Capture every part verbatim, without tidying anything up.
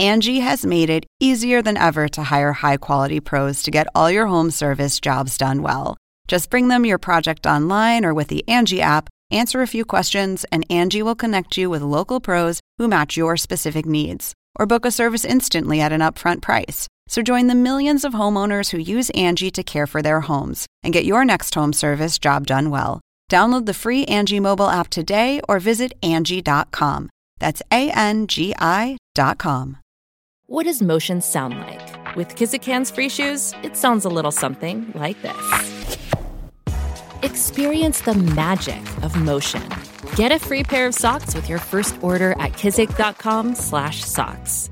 Angie has made it easier than ever to hire high-quality pros to get all your home service jobs done well. Just bring them your project online or with the Angie app, answer a few questions, and Angie will connect you with local pros who match your specific needs. Or book a service instantly at an upfront price. So join the millions of homeowners who use Angie to care for their homes and get your next home service job done well. Download the free Angie mobile app today or visit Angie dot com. That's A N G I dot com. What does motion sound like? With Kizikans free shoes, it sounds a little something like this. Experience the magic of motion. Get a free pair of socks with your first order at kizik dot com slash socks.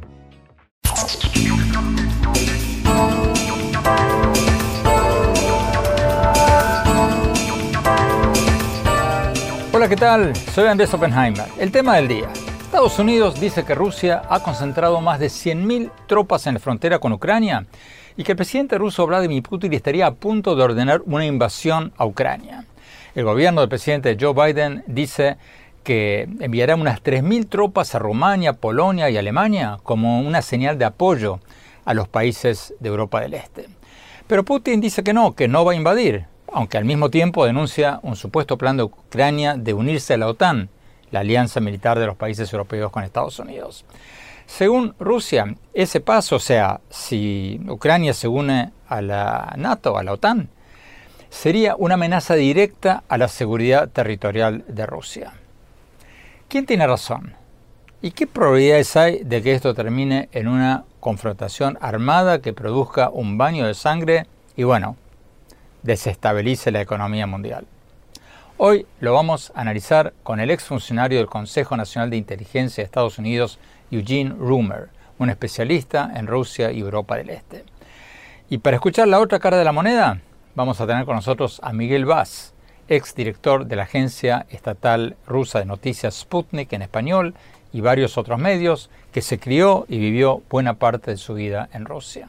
Hola, ¿qué tal? Soy Andrés Oppenheimer. El tema del día. Estados Unidos dice que Rusia ha concentrado más de cien mil tropas en la frontera con Ucrania y que el presidente ruso Vladimir Putin estaría a punto de ordenar una invasión a Ucrania. El gobierno del presidente Joe Biden dice que enviará unas tres mil tropas a Rumania, Polonia y Alemania como una señal de apoyo a los países de Europa del Este. Pero Putin dice que no, que no va a invadir, aunque al mismo tiempo denuncia un supuesto plan de Ucrania de unirse a la OTAN, la alianza militar de los países europeos con Estados Unidos. Según Rusia, ese paso, o sea, si Ucrania se une a la NATO, a la OTAN, sería una amenaza directa a la seguridad territorial de Rusia. ¿Quién tiene razón? ¿Y qué probabilidades hay de que esto termine en una confrontación armada que produzca un baño de sangre y, bueno, desestabilice la economía mundial? Hoy lo vamos a analizar con el exfuncionario del Consejo Nacional de Inteligencia de Estados Unidos, Eugene Rumor, un especialista en Rusia y Europa del Este. Y para escuchar la otra cara de la moneda, vamos a tener con nosotros a Miguel Vaz, exdirector de la agencia estatal rusa de noticias Sputnik en español y varios otros medios, que se crió y vivió buena parte de su vida en Rusia.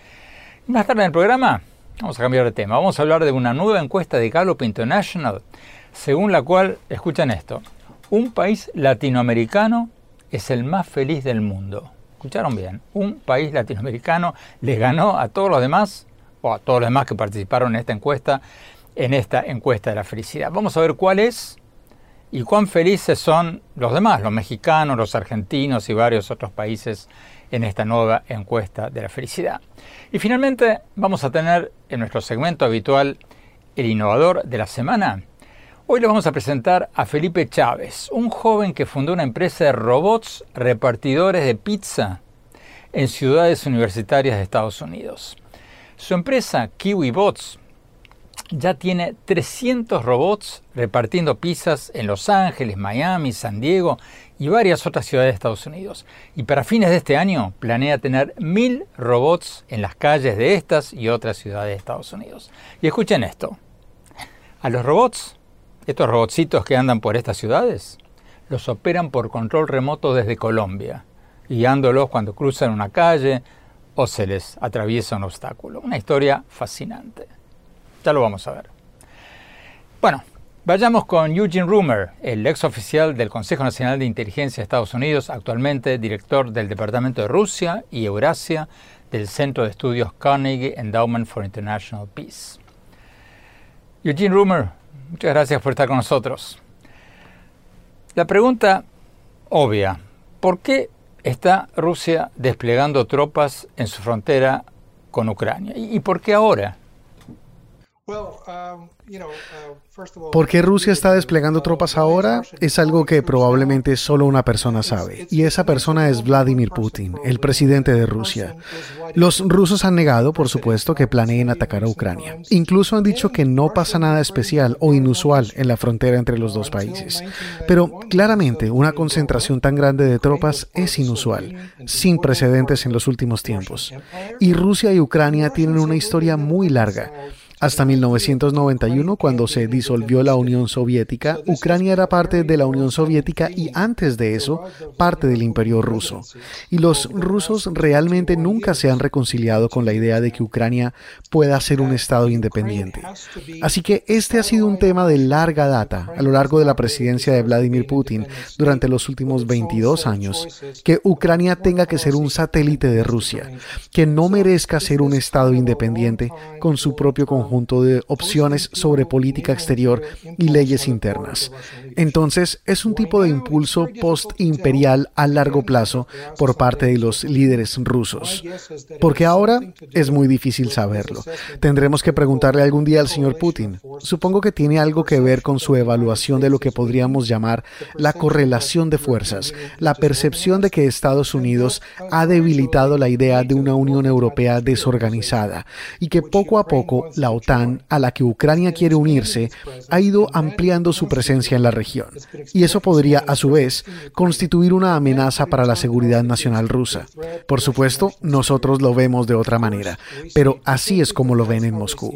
Y más tarde en el programa vamos a cambiar de tema. Vamos a hablar de una nueva encuesta de Gallup International, según la cual, escuchen esto, un país latinoamericano es el más feliz del mundo. ¿Escucharon bien? Un país latinoamericano le ganó a todos los demás, o a todos los demás que participaron en esta encuesta, en esta encuesta de la felicidad. Vamos a ver cuál es y cuán felices son los demás, los mexicanos, los argentinos y varios otros países en esta nueva encuesta de la felicidad. Y finalmente vamos a tener en nuestro segmento habitual el innovador de la semana. Hoy le vamos a presentar a Felipe Chávez, un joven que fundó una empresa de robots repartidores de pizza en ciudades universitarias de Estados Unidos. Su empresa, KiwiBots, ya tiene trescientos robots repartiendo pizzas en Los Ángeles, Miami, San Diego y varias otras ciudades de Estados Unidos. Y para fines de este año planea tener mil robots en las calles de estas y otras ciudades de Estados Unidos. Y escuchen esto. A los robots, estos robotcitos que andan por estas ciudades, los operan por control remoto desde Colombia, guiándolos cuando cruzan una calle o se les atraviesa un obstáculo. Una historia fascinante. Ya lo vamos a ver. Bueno, vayamos con Eugene Rumor, el ex oficial del Consejo Nacional de Inteligencia de Estados Unidos, actualmente director del Departamento de Rusia y Eurasia del Centro de Estudios Carnegie Endowment for International Peace. Eugene Rumor, muchas gracias por estar con nosotros. La pregunta obvia, ¿por qué está Rusia desplegando tropas en su frontera con Ucrania? ¿Y por qué ahora? ¿Por qué Rusia está desplegando tropas ahora? Es algo que probablemente solo una persona sabe, y esa persona es Vladimir Putin, el presidente de Rusia. Los rusos han negado, por supuesto, que planeen atacar a Ucrania. Incluso han dicho que no pasa nada especial o inusual en la frontera entre los dos países. Pero claramente una concentración tan grande de tropas es inusual, sin precedentes en los últimos tiempos. Y Rusia y Ucrania tienen una historia muy larga. Hasta mil novecientos noventa y uno, cuando se disolvió la Unión Soviética, Ucrania era parte de la Unión Soviética y antes de eso, parte del Imperio Ruso. Y los rusos realmente nunca se han reconciliado con la idea de que Ucrania pueda ser un Estado independiente. Así que este ha sido un tema de larga data a lo largo de la presidencia de Vladimir Putin durante los últimos veintidós años, que Ucrania tenga que ser un satélite de Rusia, que no merezca ser un Estado independiente con su propio conjunto de opciones sobre política exterior y leyes internas. Entonces, es un tipo de impulso post-imperial a largo plazo por parte de los líderes rusos. Porque ahora es muy difícil saberlo. Tendremos que preguntarle algún día al señor Putin. Supongo que tiene algo que ver con su evaluación de lo que podríamos llamar la correlación de fuerzas, la percepción de que Estados Unidos ha debilitado la idea de una Unión Europea desorganizada y que poco a poco la OTAN, a la que Ucrania quiere unirse, ha ido ampliando su presencia en la región. Y eso podría, a su vez, constituir una amenaza para la seguridad nacional rusa. Por supuesto, nosotros lo vemos de otra manera, pero así es como lo ven en Moscú.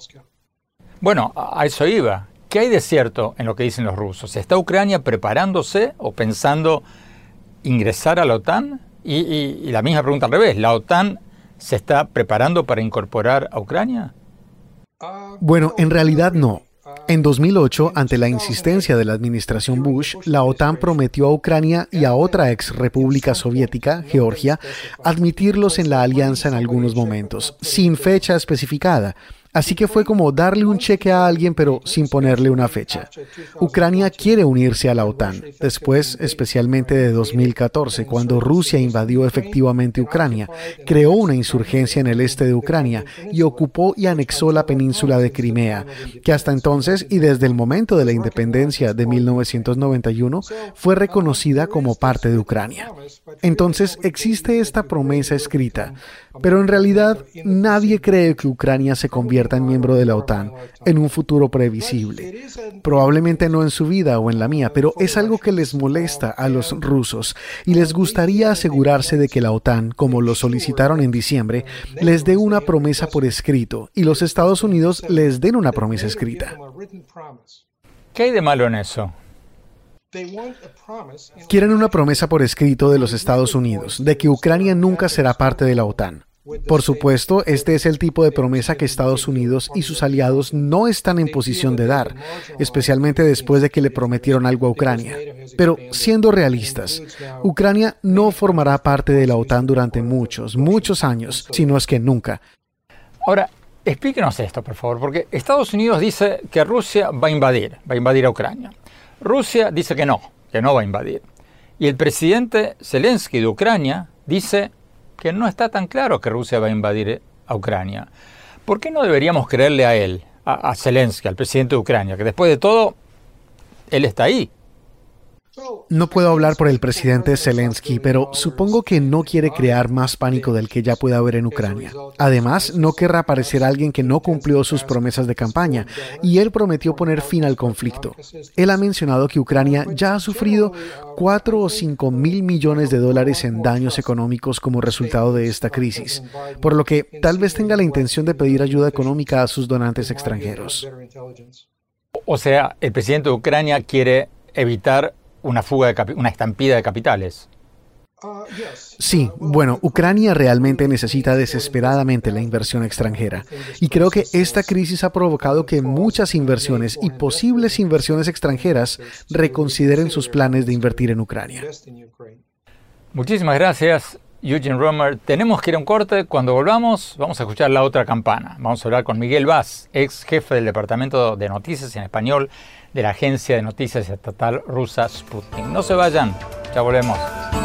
Bueno, a eso iba. ¿Qué hay de cierto en lo que dicen los rusos? ¿Está Ucrania preparándose o pensando ingresar a la OTAN? Y, y, y la misma pregunta al revés, ¿la OTAN se está preparando para incorporar a Ucrania? Bueno, en realidad no. En dos mil ocho, ante la insistencia de la administración Bush, la OTAN prometió a Ucrania y a otra ex república soviética, Georgia, admitirlos en la alianza en algunos momentos, sin fecha especificada. Así que fue como darle un cheque a alguien, pero sin ponerle una fecha. Ucrania quiere unirse a la OTAN, después especialmente de dos mil catorce, cuando Rusia invadió efectivamente Ucrania, creó una insurgencia en el este de Ucrania y ocupó y anexó la península de Crimea, que hasta entonces y desde el momento de la independencia de mil novecientos noventa y uno fue reconocida como parte de Ucrania. Entonces existe esta promesa escrita, pero en realidad nadie cree que Ucrania se convierta en miembro de la OTAN en un futuro previsible. Probablemente no en su vida o en la mía, pero es algo que les molesta a los rusos y les gustaría asegurarse de que la OTAN, como lo solicitaron en diciembre, les dé una promesa por escrito y los Estados Unidos les den una promesa escrita. ¿Qué hay de malo en eso? Quieren una promesa por escrito de los Estados Unidos, de que Ucrania nunca será parte de la OTAN. Por supuesto, este es el tipo de promesa que Estados Unidos y sus aliados no están en posición de dar, especialmente después de que le prometieron algo a Ucrania. Pero siendo realistas, Ucrania no formará parte de la OTAN durante muchos, muchos años, si no es que nunca. Ahora, explíquenos esto, por favor, porque Estados Unidos dice que Rusia va a invadir, va a invadir a Ucrania. Rusia dice que no, que no va a invadir. Y el presidente Zelensky de Ucrania dice que no está tan claro que Rusia va a invadir a Ucrania. ¿Por qué no deberíamos creerle a él, a, a Zelensky, al presidente de Ucrania, que después de todo, él está ahí? No puedo hablar por el presidente Zelensky, pero supongo que no quiere crear más pánico del que ya puede haber en Ucrania. Además, no querrá aparecer alguien que no cumplió sus promesas de campaña, y él prometió poner fin al conflicto. Él ha mencionado que Ucrania ya ha sufrido cuatro o cinco mil millones de dólares en daños económicos como resultado de esta crisis, por lo que tal vez tenga la intención de pedir ayuda económica a sus donantes extranjeros. O sea, el presidente de Ucrania quiere evitar una fuga, de capi- una estampida de capitales. Sí, bueno, Ucrania realmente necesita desesperadamente la inversión extranjera. Y creo que esta crisis ha provocado que muchas inversiones y posibles inversiones extranjeras reconsideren sus planes de invertir en Ucrania. Muchísimas gracias, Eugene Roemer. Tenemos que ir a un corte. Cuando volvamos, vamos a escuchar la otra campana. Vamos a hablar con Miguel Vaz, ex jefe del Departamento de Noticias en Español de la agencia de noticias estatal rusa Sputnik. No se vayan, ya volvemos.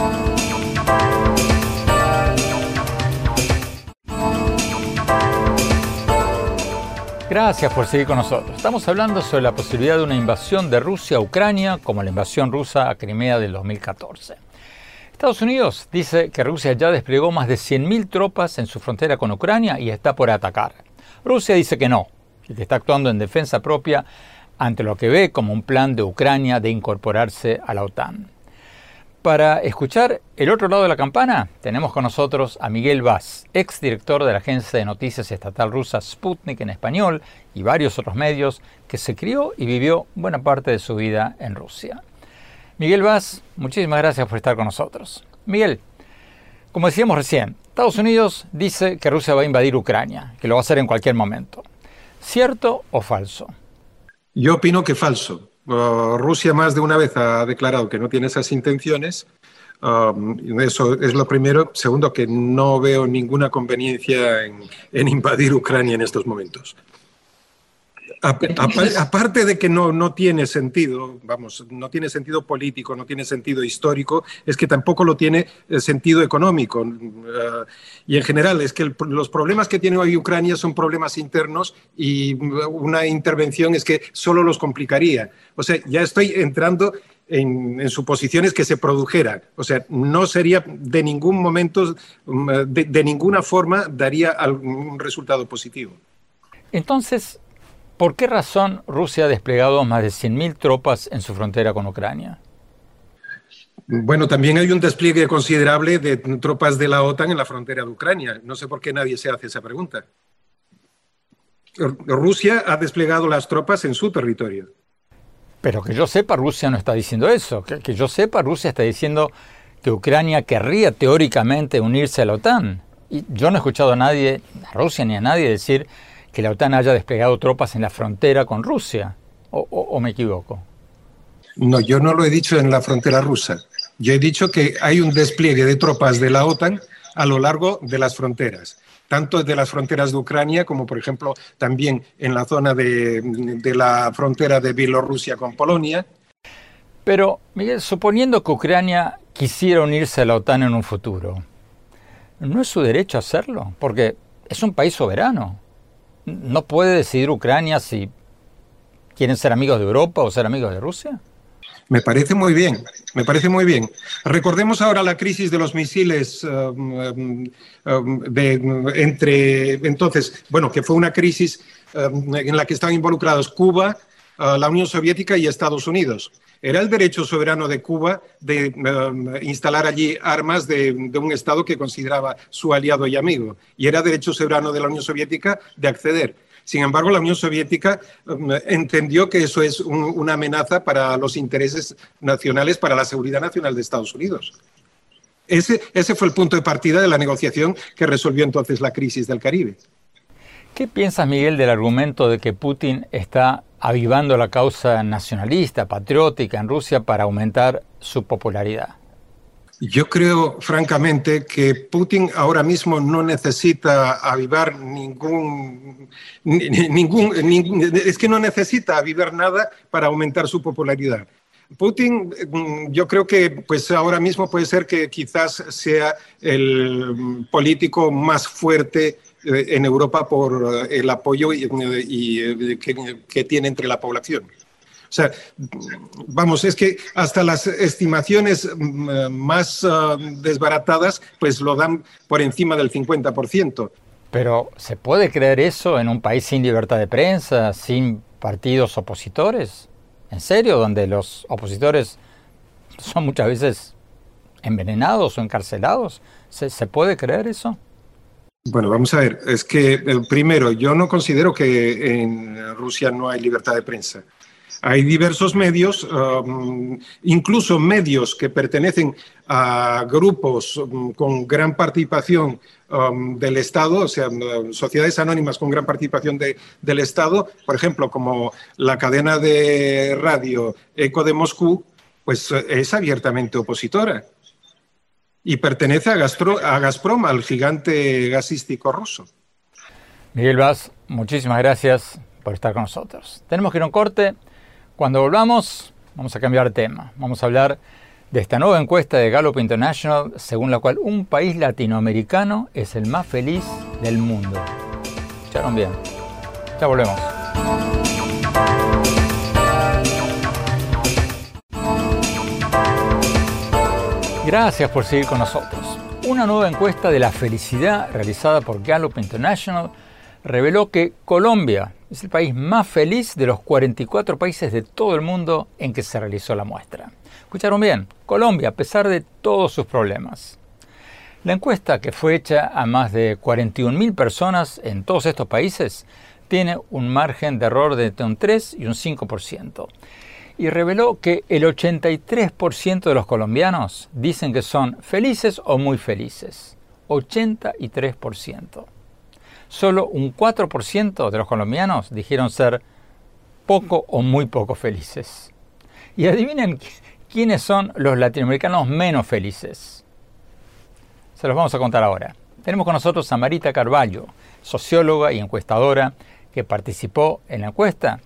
Gracias por seguir con nosotros. Estamos hablando sobre la posibilidad de una invasión de Rusia a Ucrania, como la invasión rusa a Crimea del dos mil catorce. Estados Unidos dice que Rusia ya desplegó más de cien mil tropas en su frontera con Ucrania y está por atacar. Rusia dice que no, que está actuando en defensa propia ante lo que ve como un plan de Ucrania de incorporarse a la OTAN. Para escuchar el otro lado de la campana, tenemos con nosotros a Miguel Vaz, exdirector de la agencia de noticias estatal rusa Sputnik en español y varios otros medios, que se crió y vivió buena parte de su vida en Rusia. Miguel Vaz, muchísimas gracias por estar con nosotros. Miguel, como decíamos recién, Estados Unidos dice que Rusia va a invadir Ucrania, que lo va a hacer en cualquier momento. ¿Cierto o falso? Yo opino que falso. Uh, Rusia más de una vez ha declarado que no tiene esas intenciones. Um, eso es lo primero. Segundo, que no veo ninguna conveniencia en, en invadir Ucrania en estos momentos. Aparte de que no, no tiene sentido, vamos, no tiene sentido político, no tiene sentido histórico, es que tampoco lo tiene sentido económico. Uh, y en general es que el, los problemas que tiene hoy Ucrania son problemas internos y una intervención es que solo los complicaría. O sea, ya estoy entrando en, en suposiciones que se produjeran. O sea, no sería de ningún momento, de, de ninguna forma daría algún resultado positivo. Entonces, ¿por qué razón Rusia ha desplegado más de cien mil tropas en su frontera con Ucrania? Bueno, también hay un despliegue considerable de tropas de la OTAN en la frontera de Ucrania. No sé por qué nadie se hace esa pregunta. Rusia ha desplegado las tropas en su territorio. Pero que yo sepa, Rusia no está diciendo eso. Que, que yo sepa, Rusia está diciendo que Ucrania querría teóricamente unirse a la OTAN. Y yo no he escuchado a nadie, a Rusia ni a nadie, decir que la OTAN haya desplegado tropas en la frontera con Rusia. ¿O, o, o me equivoco? No, yo no lo he dicho en la frontera rusa. Yo he dicho que hay un despliegue de tropas de la OTAN a lo largo de las fronteras, tanto de las fronteras de Ucrania como, por ejemplo, también en la zona de, de la frontera de Bielorrusia con Polonia. Pero, Miguel, suponiendo que Ucrania quisiera unirse a la OTAN en un futuro, ¿no es su derecho hacerlo? Porque es un país soberano. ¿No puede decidir Ucrania si quieren ser amigos de Europa o ser amigos de Rusia? Me parece muy bien, me parece muy bien. Recordemos ahora la crisis de los misiles um, um, de, entre, entonces, bueno, que fue una crisis um, en la que estaban involucrados Cuba, uh, la Unión Soviética y Estados Unidos. Era el derecho soberano de Cuba de um, instalar allí armas de, de un Estado que consideraba su aliado y amigo. Y era derecho soberano de la Unión Soviética de acceder. Sin embargo, la Unión Soviética um, entendió que eso es un, una amenaza para los intereses nacionales, para la seguridad nacional de Estados Unidos. Ese, ese fue el punto de partida de la negociación que resolvió entonces la crisis del Caribe. ¿Qué piensas, Miguel, del argumento de que Putin está avivando la causa nacionalista, patriótica en Rusia para aumentar su popularidad? Yo creo, francamente, que Putin ahora mismo no necesita avivar ningún, ningún, ningún... Es que no necesita avivar nada para aumentar su popularidad. Putin, yo creo que pues ahora mismo puede ser que quizás sea el político más fuerte en Europa por el apoyo y, y, que, que tiene entre la población. O sea, vamos, es que hasta las estimaciones más uh, desbaratadas pues lo dan por encima del cincuenta por ciento. Pero, ¿se puede creer eso en un país sin libertad de prensa, sin partidos opositores? ¿En serio? Donde los opositores son muchas veces envenenados o encarcelados. ¿Se, ¿se puede creer eso? Bueno, vamos a ver. Es que, eh, primero, yo no considero que en Rusia no hay libertad de prensa. Hay diversos medios, um, incluso medios que pertenecen a grupos um, con gran participación um, del Estado, o sea, um, sociedades anónimas con gran participación de, del Estado, por ejemplo, como la cadena de radio Eco de Moscú, pues es abiertamente opositora y pertenece a, Gastro, a Gazprom, al gigante gasístico ruso. Miguel Vaz, muchísimas gracias por estar con nosotros. Tenemos que ir a un corte. Cuando volvamos, vamos a cambiar de tema. Vamos a hablar de esta nueva encuesta de Gallup International, según la cual un país latinoamericano es el más feliz del mundo. ¿Escucharon bien? Ya volvemos. Gracias por seguir con nosotros. Una nueva encuesta de la felicidad realizada por Gallup International reveló que Colombia es el país más feliz de los cuarenta y cuatro países de todo el mundo en que se realizó la muestra. Escucharon bien, Colombia, a pesar de todos sus problemas. La encuesta, que fue hecha a más de cuarenta y un mil personas en todos estos países, tiene un margen de error de entre un tres y un cinco por ciento. Y reveló que el ochenta y tres por ciento de los colombianos dicen que son felices o muy felices. ochenta y tres por ciento. Solo un cuatro por ciento de los colombianos dijeron ser poco o muy poco felices. Y adivinen quiénes son los latinoamericanos menos felices. Se los vamos a contar ahora. Tenemos con nosotros a Marita Carvalho, socióloga y encuestadora que participó en la encuesta,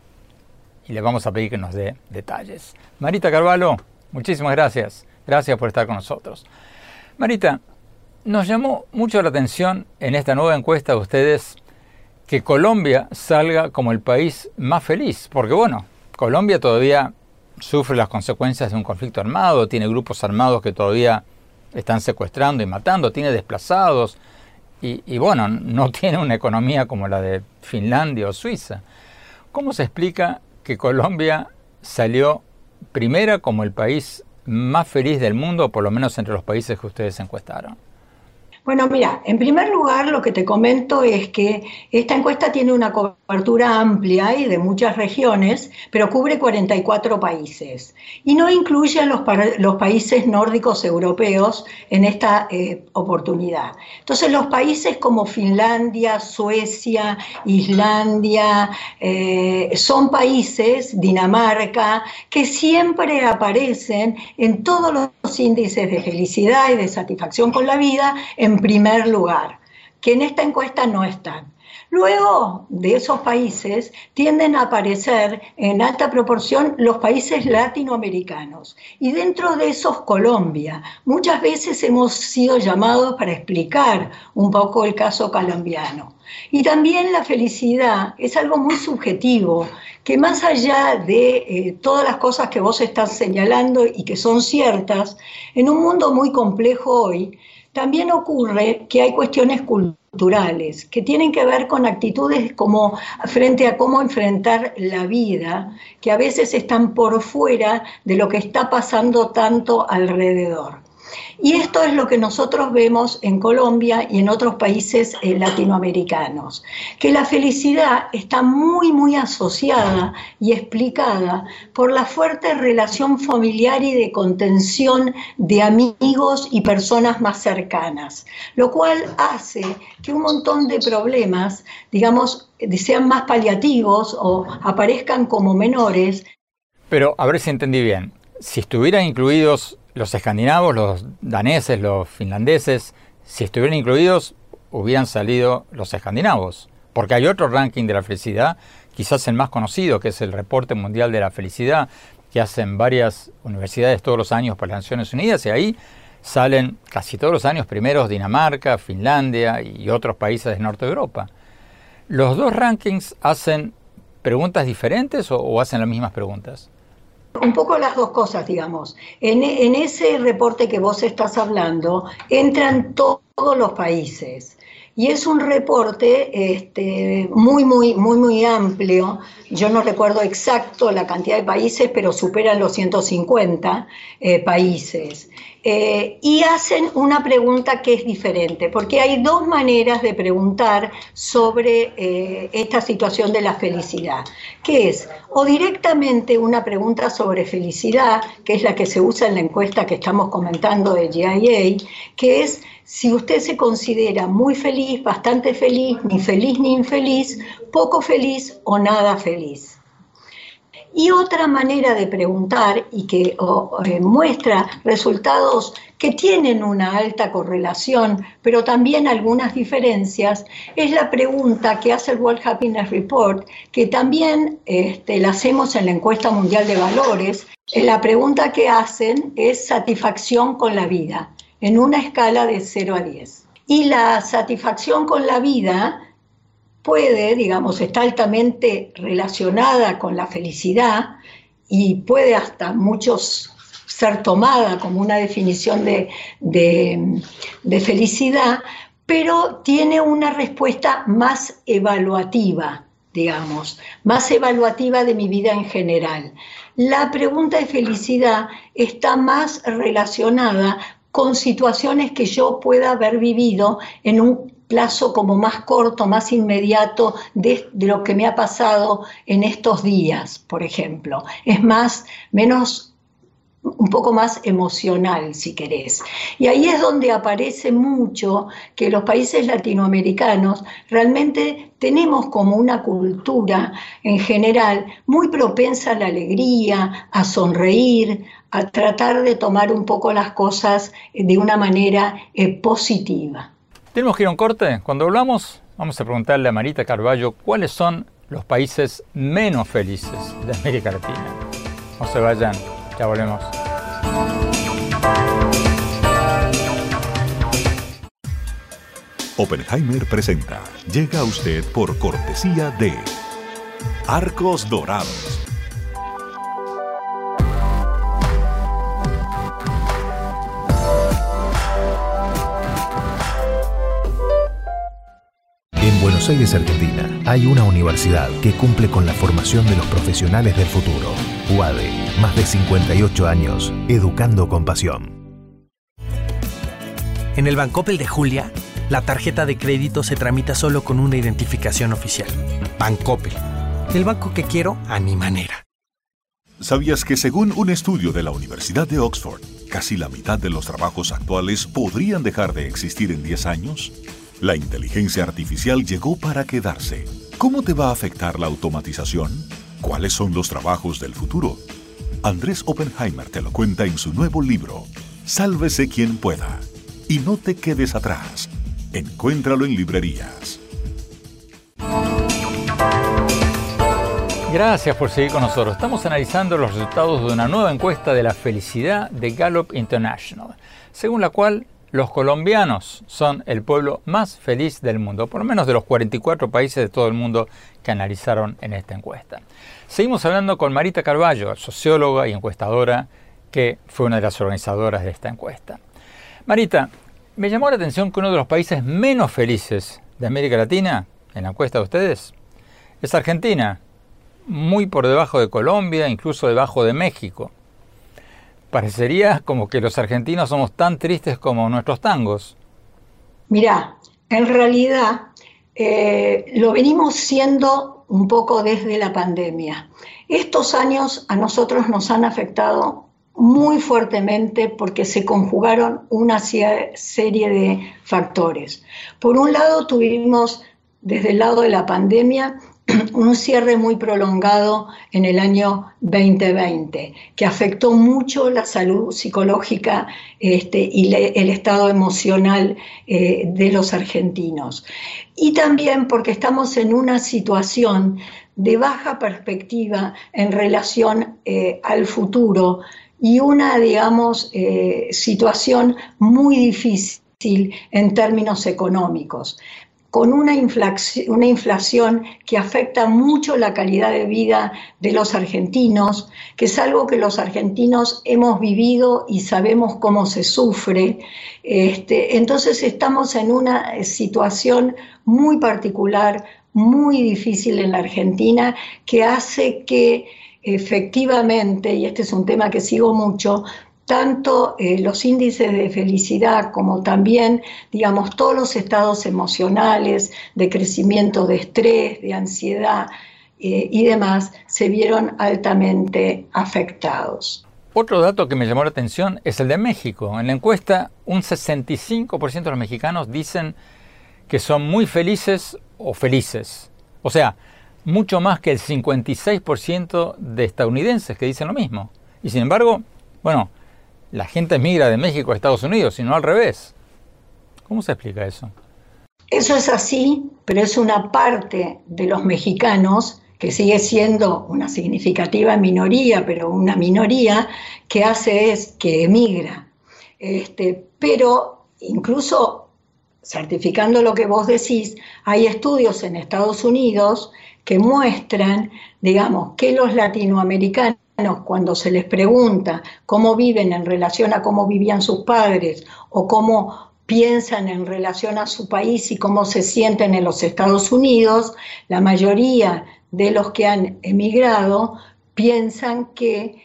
y le vamos a pedir que nos dé detalles. Marita Carvalho, muchísimas gracias. Gracias por estar con nosotros. Marita, nos llamó mucho la atención en esta nueva encuesta de ustedes que Colombia salga como el país más feliz, porque bueno, Colombia todavía sufre las consecuencias de un conflicto armado, tiene grupos armados que todavía están secuestrando y matando, tiene desplazados y, y bueno, no tiene una economía como la de Finlandia o Suiza. ¿Cómo se explica que Colombia salió primera como el país más feliz del mundo, por lo menos entre los países que ustedes encuestaron? Bueno, mira, en primer lugar lo que te comento es que esta encuesta tiene una cobertura amplia y de muchas regiones, pero cubre cuarenta y cuatro países y no incluye a los, los países nórdicos europeos en esta eh, oportunidad. Entonces los países como Finlandia, Suecia, Islandia, eh, son países, Dinamarca, que siempre aparecen en todos los índices de felicidad y de satisfacción con la vida en primer lugar, que en esta encuesta no están. Luego de esos países tienden a aparecer en alta proporción los países latinoamericanos y dentro de esos Colombia. Muchas veces hemos sido llamados para explicar un poco el caso colombiano. Y también la felicidad es algo muy subjetivo, que más allá de eh, todas las cosas que vos estás señalando y que son ciertas, en un mundo muy complejo hoy, también ocurre que hay cuestiones culturales que tienen que ver con actitudes como frente a cómo enfrentar la vida, que a veces están por fuera de lo que está pasando tanto alrededor. Y esto es lo que nosotros vemos en Colombia y en otros países eh, latinoamericanos, que la felicidad está muy, muy asociada y explicada por la fuerte relación familiar y de contención de amigos y personas más cercanas, lo cual hace que un montón de problemas, digamos, sean más paliativos o aparezcan como menores. Pero a ver si entendí bien, si estuvieran incluidos los escandinavos, los daneses, los finlandeses, si estuvieran incluidos, hubieran salido los escandinavos. Porque hay otro ranking de la felicidad, quizás el más conocido, que es el Reporte Mundial de la Felicidad, que hacen varias universidades todos los años por las Naciones Unidas, y ahí salen casi todos los años primeros Dinamarca, Finlandia y otros países del norte de Europa. ¿Los dos rankings hacen preguntas diferentes o, o hacen las mismas preguntas? Un poco las dos cosas, digamos. En, en ese reporte que vos estás hablando, entran to- todos los países. Y es un reporte este, muy, muy, muy, muy amplio. Yo no recuerdo exacto la cantidad de países, pero superan los ciento cincuenta eh, países. Eh, y hacen una pregunta que es diferente, porque hay dos maneras de preguntar sobre eh, esta situación de la felicidad, que es o directamente una pregunta sobre felicidad, que es la que se usa en la encuesta que estamos comentando de G I A, que es si usted se considera muy feliz, bastante feliz, ni feliz ni infeliz, poco feliz o nada feliz. Y otra manera de preguntar y que o, eh, muestra resultados que tienen una alta correlación, pero también algunas diferencias, es la pregunta que hace el World Happiness Report, que también este, la hacemos en la encuesta mundial de valores. La pregunta que hacen es satisfacción con la vida, en una escala de cero a diez. Y la satisfacción con la vida puede, digamos, está altamente relacionada con la felicidad y puede hasta muchos ser tomada como una definición de, de, de felicidad, pero tiene una respuesta más evaluativa, digamos, más evaluativa de mi vida en general. La pregunta de felicidad está más relacionada con situaciones que yo pueda haber vivido en un plazo como más corto, más inmediato de, de lo que me ha pasado en estos días, por ejemplo. Es más, menos, un poco más emocional, si querés. Y ahí es donde aparece mucho que los países latinoamericanos realmente tenemos como una cultura en general muy propensa a la alegría, a sonreír, a tratar de tomar un poco las cosas de una manera eh, positiva. Tenemos que ir a un corte. Cuando hablamos, vamos a preguntarle a Marita Carballo cuáles son los países menos felices de América Latina. No se vayan, ya volvemos. Oppenheimer presenta. Llega a usted por cortesía de Arcos Dorados. En Buenos Aires, Argentina, hay una universidad que cumple con la formación de los profesionales del futuro. U A D, más de cincuenta y ocho años, educando con pasión. En el Bancoppel de Julia, la tarjeta de crédito se tramita solo con una identificación oficial. Bancoppel, el banco que quiero a mi manera. ¿Sabías que según un estudio de la Universidad de Oxford, casi la mitad de los trabajos actuales podrían dejar de existir en diez años? La inteligencia artificial llegó para quedarse. ¿Cómo te va a afectar la automatización? ¿Cuáles son los trabajos del futuro? Andrés Oppenheimer te lo cuenta en su nuevo libro, Sálvese quien pueda. Y no te quedes atrás. Encuéntralo en librerías. Gracias por seguir con nosotros. Estamos analizando los resultados de una nueva encuesta de la felicidad de Gallup International, según la cual los colombianos son el pueblo más feliz del mundo, por lo menos de los cuarenta y cuatro países de todo el mundo que analizaron en esta encuesta. Seguimos hablando con Marita Carballo, socióloga y encuestadora, que fue una de las organizadoras de esta encuesta. Marita, me llamó la atención que uno de los países menos felices de América Latina, en la encuesta de ustedes, es Argentina, muy por debajo de Colombia, incluso debajo de México. Parecería como que los argentinos somos tan tristes como nuestros tangos. Mirá, en realidad eh, lo venimos siendo un poco desde la pandemia. Estos años a nosotros nos han afectado muy fuertemente porque se conjugaron una serie de factores. Por un lado tuvimos desde el lado de la pandemia un cierre muy prolongado en el año veinte veinte, que afectó mucho la salud psicológica este, y le, el estado emocional eh, de los argentinos. Y también porque estamos en una situación de baja perspectiva en relación eh, al futuro y una, digamos, eh, situación muy difícil en términos económicos, con una inflación, una inflación que afecta mucho la calidad de vida de los argentinos, que es algo que los argentinos hemos vivido y sabemos cómo se sufre. Este, entonces estamos en una situación muy particular, muy difícil en la Argentina, que hace que efectivamente, y este es un tema que sigo mucho, tanto eh, los índices de felicidad como también, digamos, todos los estados emocionales, de crecimiento de estrés, de ansiedad eh, y demás, se vieron altamente afectados. Otro dato que me llamó la atención es el de México. En la encuesta, un sesenta y cinco por ciento de los mexicanos dicen que son muy felices o felices. O sea, mucho más que el cincuenta y seis por ciento de estadounidenses que dicen lo mismo. Y sin embargo, bueno, la gente migra de México a Estados Unidos y no al revés. ¿Cómo se explica eso? Eso es así, pero es una parte de los mexicanos, que sigue siendo una significativa minoría, pero una minoría, que hace es que emigra. Este, pero incluso certificando lo que vos decís, hay estudios en Estados Unidos que muestran, digamos, que los latinoamericanos, cuando se les pregunta cómo viven en relación a cómo vivían sus padres o cómo piensan en relación a su país y cómo se sienten en los Estados Unidos. La mayoría de los que han emigrado piensan que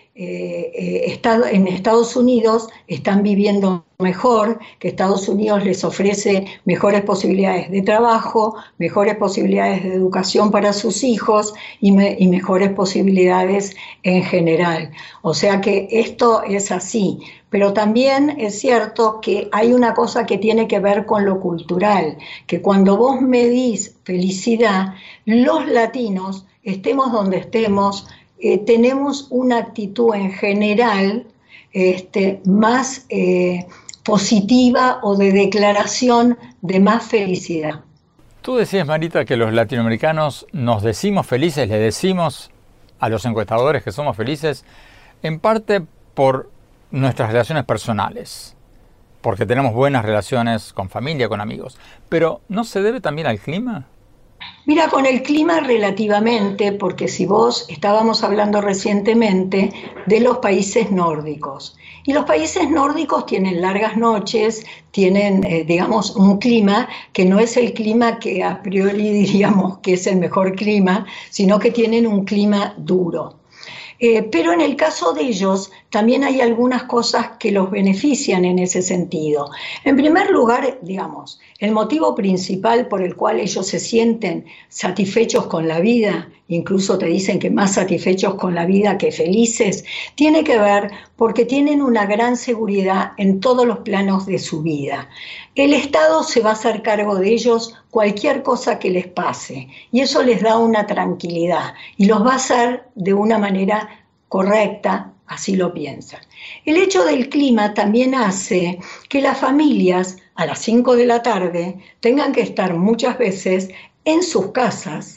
eh, eh, en Estados Unidos están viviendo mejor, que Estados Unidos les ofrece mejores posibilidades de trabajo, mejores posibilidades de educación para sus hijos y, me, y mejores posibilidades en general. O sea que esto es así, pero también es cierto que hay una cosa que tiene que ver con lo cultural, que cuando vos medís felicidad, los latinos, estemos donde estemos, eh, tenemos una actitud en general este, más eh, positiva o de declaración de más felicidad. Tú decías, Marita, que los latinoamericanos nos decimos felices, le decimos a los encuestadores que somos felices, en parte por nuestras relaciones personales, porque tenemos buenas relaciones con familia, con amigos, pero ¿no se debe también al clima? Mira, con el clima relativamente, porque si vos estábamos hablando recientemente de los países nórdicos, y los países nórdicos tienen largas noches, tienen, eh, digamos, un clima que no es el clima que a priori diríamos que es el mejor clima, sino que tienen un clima duro. Eh, pero en el caso de ellos también hay algunas cosas que los benefician en ese sentido. En primer lugar, digamos, el motivo principal por el cual ellos se sienten satisfechos con la vida, incluso te dicen que más satisfechos con la vida que felices, tiene que ver porque tienen una gran seguridad en todos los planos de su vida. El Estado se va a hacer cargo de ellos cualquier cosa que les pase y eso les da una tranquilidad y los va a hacer de una manera correcta, así lo piensan. El hecho del clima también hace que las familias a las cinco de la tarde tengan que estar muchas veces en sus casas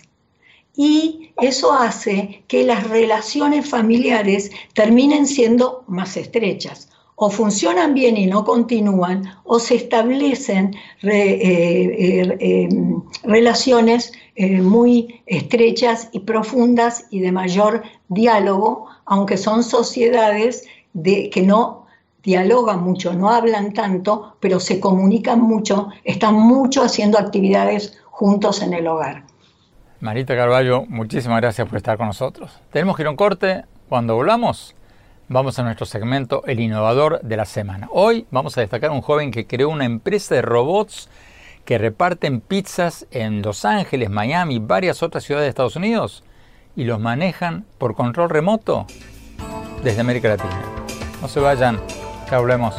y eso hace que las relaciones familiares terminen siendo más estrechas. O funcionan bien y no continúan, o se establecen re, eh, eh, eh, relaciones eh, muy estrechas y profundas y de mayor diálogo, aunque son sociedades de, que no dialogan mucho, no hablan tanto, pero se comunican mucho, están mucho haciendo actividades juntos en el hogar. Marita Carballo, muchísimas gracias por estar con nosotros. Tenemos que ir a un corte. Cuando volvamos, vamos a nuestro segmento El Innovador de la Semana. Hoy vamos a destacar a un joven que creó una empresa de robots que reparten pizzas en Los Ángeles, Miami y varias otras ciudades de Estados Unidos y los manejan por control remoto desde América Latina. No se vayan, ya volvemos.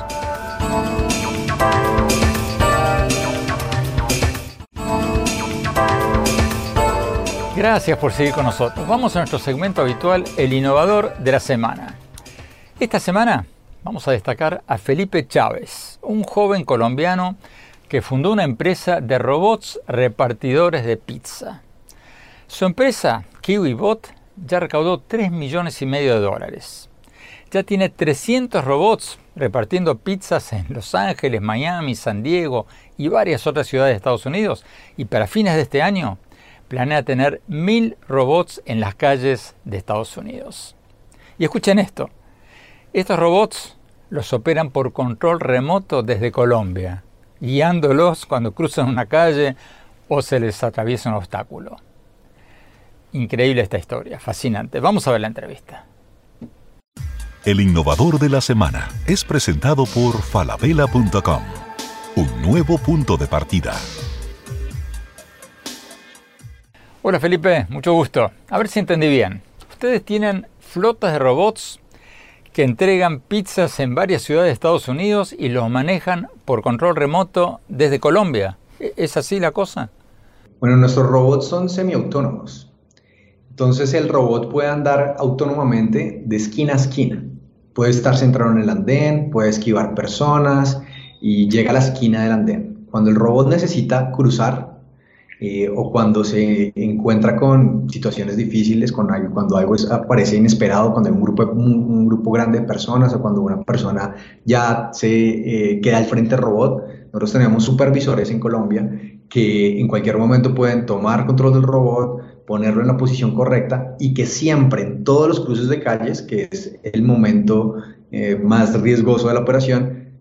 Gracias por seguir con nosotros. Vamos a nuestro segmento habitual, El Innovador de la Semana. Esta semana vamos a destacar a Felipe Chávez, un joven colombiano que fundó una empresa de robots repartidores de pizza. Su empresa, KiwiBot, ya recaudó tres millones y medio de dólares. Ya tiene trescientos robots repartiendo pizzas en Los Ángeles, Miami, San Diego y varias otras ciudades de Estados Unidos. Y para fines de este año planea tener mil robots en las calles de Estados Unidos. Y escuchen esto. Estos robots los operan por control remoto desde Colombia, guiándolos cuando cruzan una calle o se les atraviesa un obstáculo. Increíble esta historia, fascinante. Vamos a ver la entrevista. El Innovador de la Semana es presentado por falabella punto com, un nuevo punto de partida. Hola Felipe, mucho gusto. A ver si entendí bien. Ustedes tienen flotas de robots que entregan pizzas en varias ciudades de Estados Unidos y los manejan por control remoto desde Colombia. ¿Es así la cosa? Bueno, nuestros robots son semiautónomos. Entonces el robot puede andar autónomamente de esquina a esquina. Puede estar centrado en el andén, puede esquivar personas y llega a la esquina del andén. Cuando el robot necesita cruzar eh, o cuando se encuentra con situaciones difíciles, con algo, cuando algo es, aparece inesperado, cuando hay un grupo, un, un grupo grande de personas o cuando una persona ya se eh, queda al frente del robot, nosotros tenemos supervisores en Colombia que en cualquier momento pueden tomar control del robot, ponerlo en la posición correcta y que siempre en todos los cruces de calles, que es el momento eh, más riesgoso de la operación,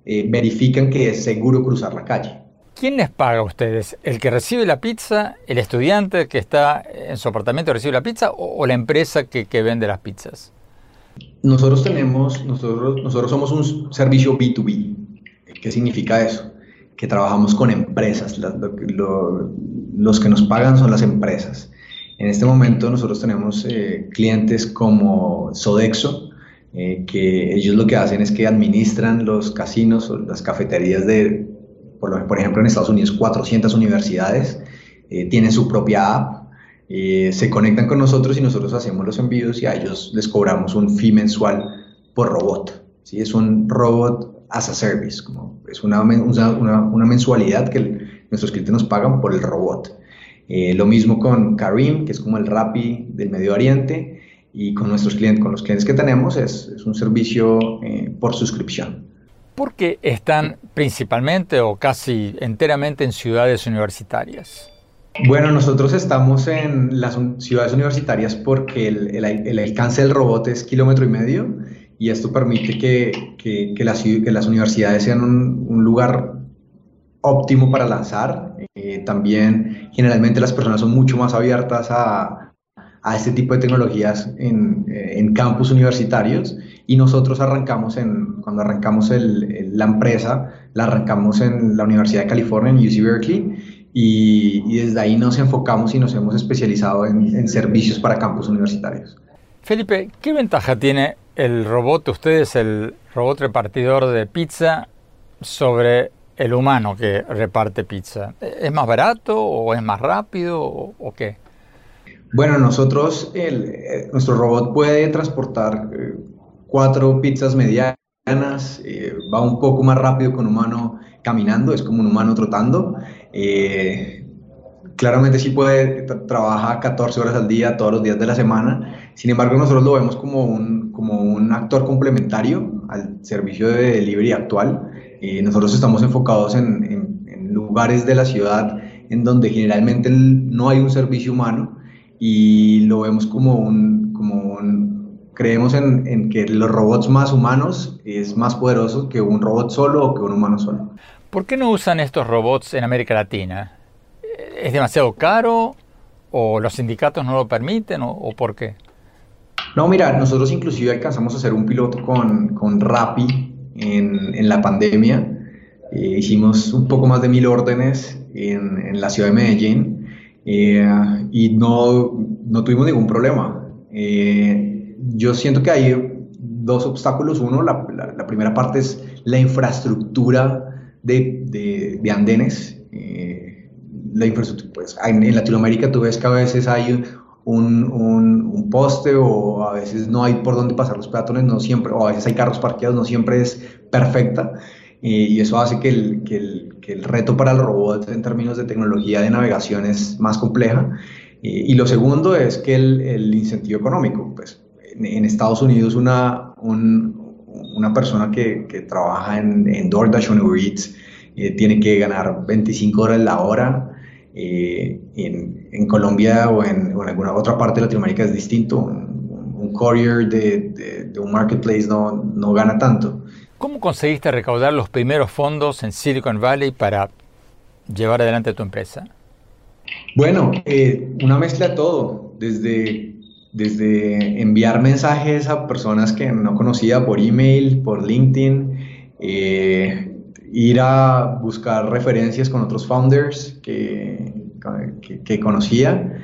eh, verifican que es seguro cruzar la calle. ¿Quién les paga a ustedes? ¿El que recibe la pizza, el estudiante que está en su apartamento y recibe la pizza o, o la empresa que, que vende las pizzas? Nosotros tenemos, nosotros, nosotros somos un servicio B dos B. ¿Qué significa eso? Que trabajamos con empresas. Lo, lo, los que nos pagan son las empresas. En este momento nosotros tenemos eh, clientes como Sodexo, eh, que ellos lo que hacen es que administran los casinos o las cafeterías de, por, por ejemplo en Estados Unidos, cuatrocientas universidades, eh, tienen su propia app, eh, se conectan con nosotros y nosotros hacemos los envíos y a ellos les cobramos un fee mensual por robot. ¿Sí? Es un robot as a service, como es una, una, una mensualidad que el, nuestros clientes nos pagan por el robot. Eh, lo mismo con Careem, que es como el Rappi del Medio Oriente, y con nuestros clientes, con los clientes que tenemos, es, es un servicio eh, por suscripción. ¿Por qué están principalmente o casi enteramente en ciudades universitarias? Bueno, nosotros estamos en las ciudades universitarias porque el, el, el alcance del robot es kilómetro y medio, y esto permite que, que, que, las, que las universidades sean un, un lugar óptimo para lanzar. Eh, también generalmente las personas son mucho más abiertas a, a este tipo de tecnologías en, en campus universitarios, y nosotros arrancamos en, cuando arrancamos el, el, la empresa, la arrancamos en la Universidad de California, en U C Berkeley, y, y desde ahí nos enfocamos y nos hemos especializado en, en servicios para campus universitarios. Felipe, ¿qué ventaja tiene el robot de ustedes, el robot repartidor de pizza, sobre el humano que reparte pizza? ¿Es más barato o es más rápido o, o qué? Bueno, nosotros, el, eh, nuestro robot puede transportar eh, cuatro pizzas medianas, eh, va un poco más rápido que un humano caminando, es como un humano trotando. Eh, claramente sí puede, tra trabaja catorce horas al día, todos los días de la semana. Sin embargo, nosotros lo vemos como un, como un actor complementario al servicio de delivery actual. Eh, nosotros estamos enfocados en, en, en lugares de la ciudad en donde generalmente no hay un servicio humano, y lo vemos como un, como un creemos en, en que los robots más humanos es más poderoso que un robot solo o que un humano solo. ¿Por qué no usan estos robots en América Latina? ¿Es demasiado caro o los sindicatos no lo permiten o, o por qué? No, mira, nosotros inclusive alcanzamos a hacer un piloto con, con Rappi en, en la pandemia. Eh, hicimos un poco más de mil órdenes en, en la ciudad de Medellín, eh, y no, no tuvimos ningún problema. Eh, yo siento que hay dos obstáculos. Uno, la, la, la primera parte es la infraestructura de, de, de andenes. Eh, la infraestructura, pues, en, en Latinoamérica tú ves que a veces hay un, un, un poste, o a veces no hay por dónde pasar los peatones, no siempre, o a veces hay carros parqueados, no siempre es perfecta. Y eso hace que el, que, el, que el reto para el robot en términos de tecnología de navegación es más compleja. Y lo segundo es que el, el incentivo económico. Pues, en, en Estados Unidos una, un, una persona que, que trabaja en, en DoorDash o en Uber Eats eh, tiene que ganar veinticinco dólares la hora. Eh, en, en Colombia o en, o en alguna otra parte de Latinoamérica es distinto. Un, un courier de, de, de un marketplace no, no gana tanto. ¿Cómo conseguiste recaudar los primeros fondos en Silicon Valley para llevar adelante tu empresa? Bueno, eh, una mezcla de todo, desde, desde enviar mensajes a personas que no conocía por email, por LinkedIn, eh, ir a buscar referencias con otros founders que, que, que conocía,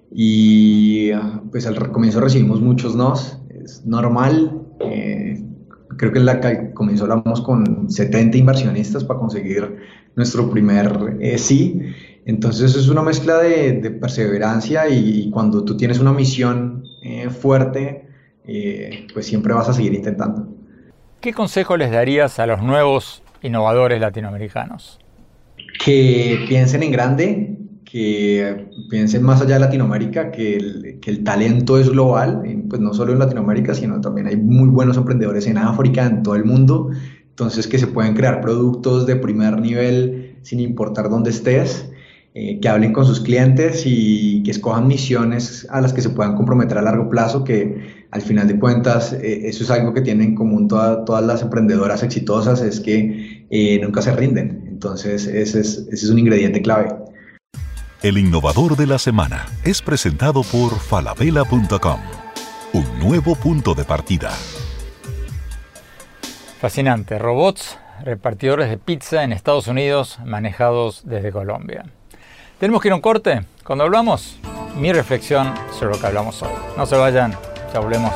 y pues al comienzo recibimos muchos nos, es normal. eh, Creo que en la que comenzó hablamos con setenta inversionistas para conseguir nuestro primer eh, sí. Entonces es una mezcla de, de perseverancia, y, y cuando tú tienes una misión eh, fuerte, eh, pues siempre vas a seguir intentando. ¿Qué consejo les darías a los nuevos innovadores latinoamericanos? Que piensen en grande, que piensen más allá de Latinoamérica, que el, que el talento es global, pues no solo en Latinoamérica, sino también hay muy buenos emprendedores en África, en todo el mundo. Entonces, que se pueden crear productos de primer nivel sin importar dónde estés, eh, que hablen con sus clientes y que escojan misiones a las que se puedan comprometer a largo plazo, que al final de cuentas eh, eso es algo que tienen en común toda, todas las emprendedoras exitosas, es que eh, nunca se rinden. Entonces ese es, ese es un ingrediente clave. El innovador de la semana es presentado por falabella punto com, un nuevo punto de partida. Fascinante. Robots repartidores de pizza en Estados Unidos manejados desde Colombia. Tenemos que ir a un corte. Cuando hablamos, mi reflexión sobre lo que hablamos hoy. No se vayan, ya volvemos.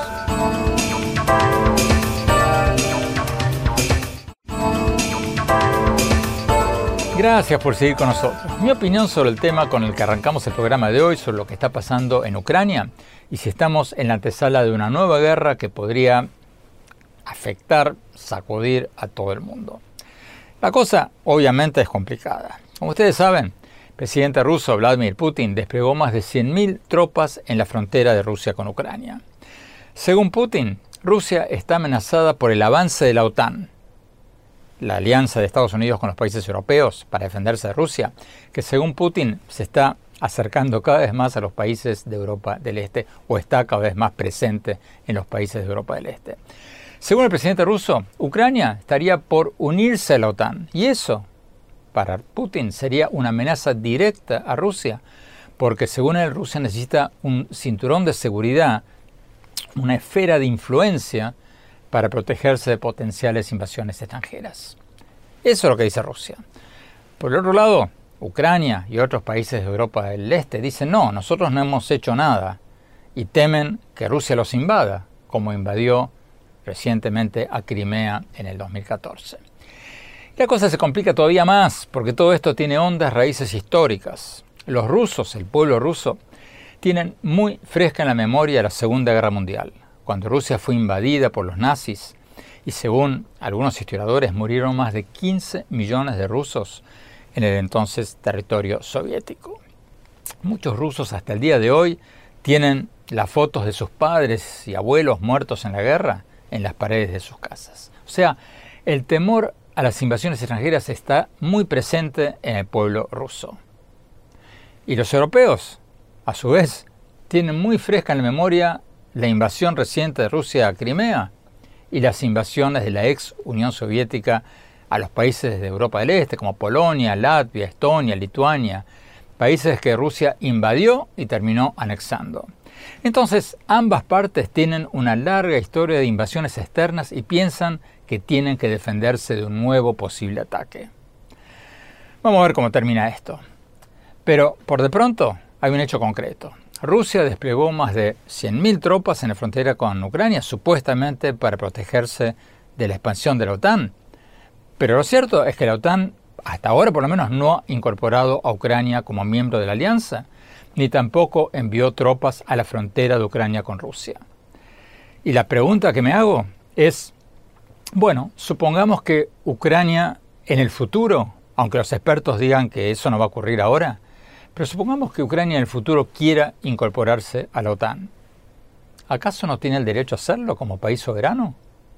Gracias por seguir con nosotros. Mi opinión sobre el tema con el que arrancamos el programa de hoy, sobre lo que está pasando en Ucrania y si estamos en la antesala de una nueva guerra que podría afectar, sacudir a todo el mundo. La cosa obviamente es complicada. Como ustedes saben, el presidente ruso Vladimir Putin desplegó más de cien mil tropas en la frontera de Rusia con Ucrania. Según Putin, Rusia está amenazada por el avance de la OTAN, la alianza de Estados Unidos con los países europeos para defenderse de Rusia, que según Putin se está acercando cada vez más a los países de Europa del Este o está cada vez más presente en los países de Europa del Este. Según el presidente ruso, Ucrania estaría por unirse a la OTAN y eso, para Putin, sería una amenaza directa a Rusia, porque según él, Rusia necesita un cinturón de seguridad, una esfera de influencia para protegerse de potenciales invasiones extranjeras. Eso es lo que dice Rusia. Por el otro lado, Ucrania y otros países de Europa del Este dicen no, nosotros no hemos hecho nada y temen que Rusia los invada, como invadió recientemente a Crimea en el dos mil catorce. La cosa se complica todavía más porque todo esto tiene hondas raíces históricas. Los rusos, el pueblo ruso, tienen muy fresca en la memoria la Segunda Guerra Mundial, cuando Rusia fue invadida por los nazis y según algunos historiadores murieron más de quince millones de rusos en el entonces territorio soviético. Muchos rusos hasta el día de hoy tienen las fotos de sus padres y abuelos muertos en la guerra en las paredes de sus casas. O sea, el temor a las invasiones extranjeras está muy presente en el pueblo ruso. Y los europeos, a su vez, tienen muy fresca en la memoria la invasión reciente de Rusia a Crimea y las invasiones de la ex Unión Soviética a los países de Europa del Este, como Polonia, Latvia, Estonia, Lituania, países que Rusia invadió y terminó anexando. Entonces, ambas partes tienen una larga historia de invasiones externas y piensan que tienen que defenderse de un nuevo posible ataque. Vamos a ver cómo termina esto. Pero, por de pronto, hay un hecho concreto. Rusia desplegó más de cien mil tropas en la frontera con Ucrania, supuestamente para protegerse de la expansión de la OTAN. Pero lo cierto es que la OTAN, hasta ahora por lo menos, no ha incorporado a Ucrania como miembro de la alianza, ni tampoco envió tropas a la frontera de Ucrania con Rusia. Y la pregunta que me hago es, bueno, supongamos que Ucrania en el futuro, aunque los expertos digan que eso no va a ocurrir ahora, pero supongamos que Ucrania en el futuro quiera incorporarse a la OTAN. ¿Acaso no tiene el derecho a hacerlo como país soberano?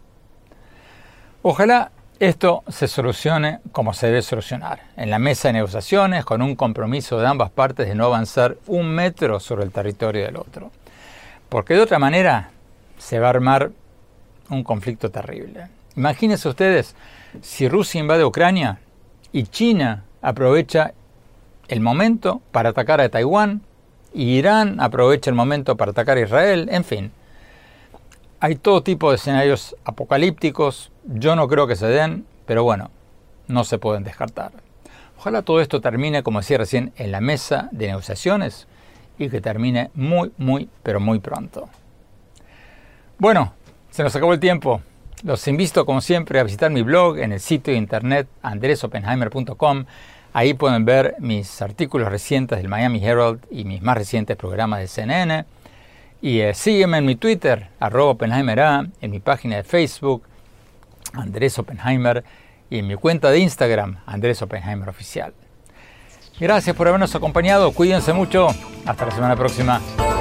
Ojalá esto se solucione como se debe solucionar, en la mesa de negociaciones, con un compromiso de ambas partes de no avanzar un metro sobre el territorio del otro. Porque de otra manera se va a armar un conflicto terrible. Imagínense ustedes si Rusia invade Ucrania y China aprovecha el momento para atacar a Taiwán y Irán aprovecha el momento para atacar a Israel, en fin. Hay todo tipo de escenarios apocalípticos, yo no creo que se den, pero bueno, no se pueden descartar. Ojalá todo esto termine, como decía recién, en la mesa de negociaciones y que termine muy, muy, pero muy pronto. Bueno, se nos acabó el tiempo. Los invito, como siempre, a visitar mi blog en el sitio de internet andres oppenheimer punto com. Ahí pueden ver mis artículos recientes del Miami Herald y mis más recientes programas de C N N. Y eh, sígueme en mi Twitter, arroba OppenheimerA, en mi página de Facebook, Andrés Oppenheimer, y en mi cuenta de Instagram, Andrés Oppenheimer Oficial. Gracias por habernos acompañado, cuídense mucho, hasta la semana próxima.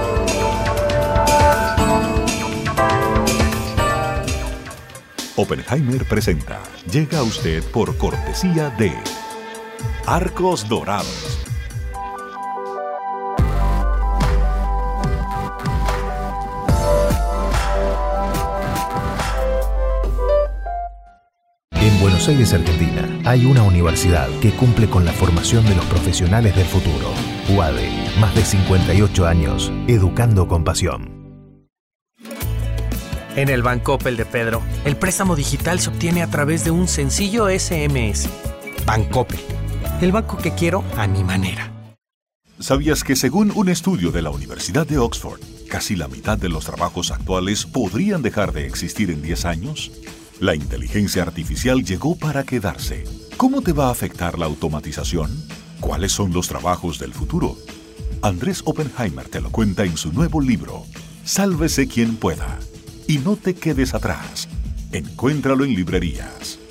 Oppenheimer presenta. Llega a usted por cortesía de Arcos Dorados. Buenos Aires, Argentina, hay una universidad que cumple con la formación de los profesionales del futuro. U A D E, más de cincuenta y ocho años, educando con pasión. En el Bancoppel de Pedro, el préstamo digital se obtiene a través de un sencillo S M S. Bancoppel, el banco que quiero a mi manera. ¿Sabías que según un estudio de la Universidad de Oxford, casi la mitad de los trabajos actuales podrían dejar de existir en diez años? La inteligencia artificial llegó para quedarse. ¿Cómo te va a afectar la automatización? ¿Cuáles son los trabajos del futuro? Andrés Oppenheimer te lo cuenta en su nuevo libro, Sálvese quien pueda. Y no te quedes atrás. Encuéntralo en librerías.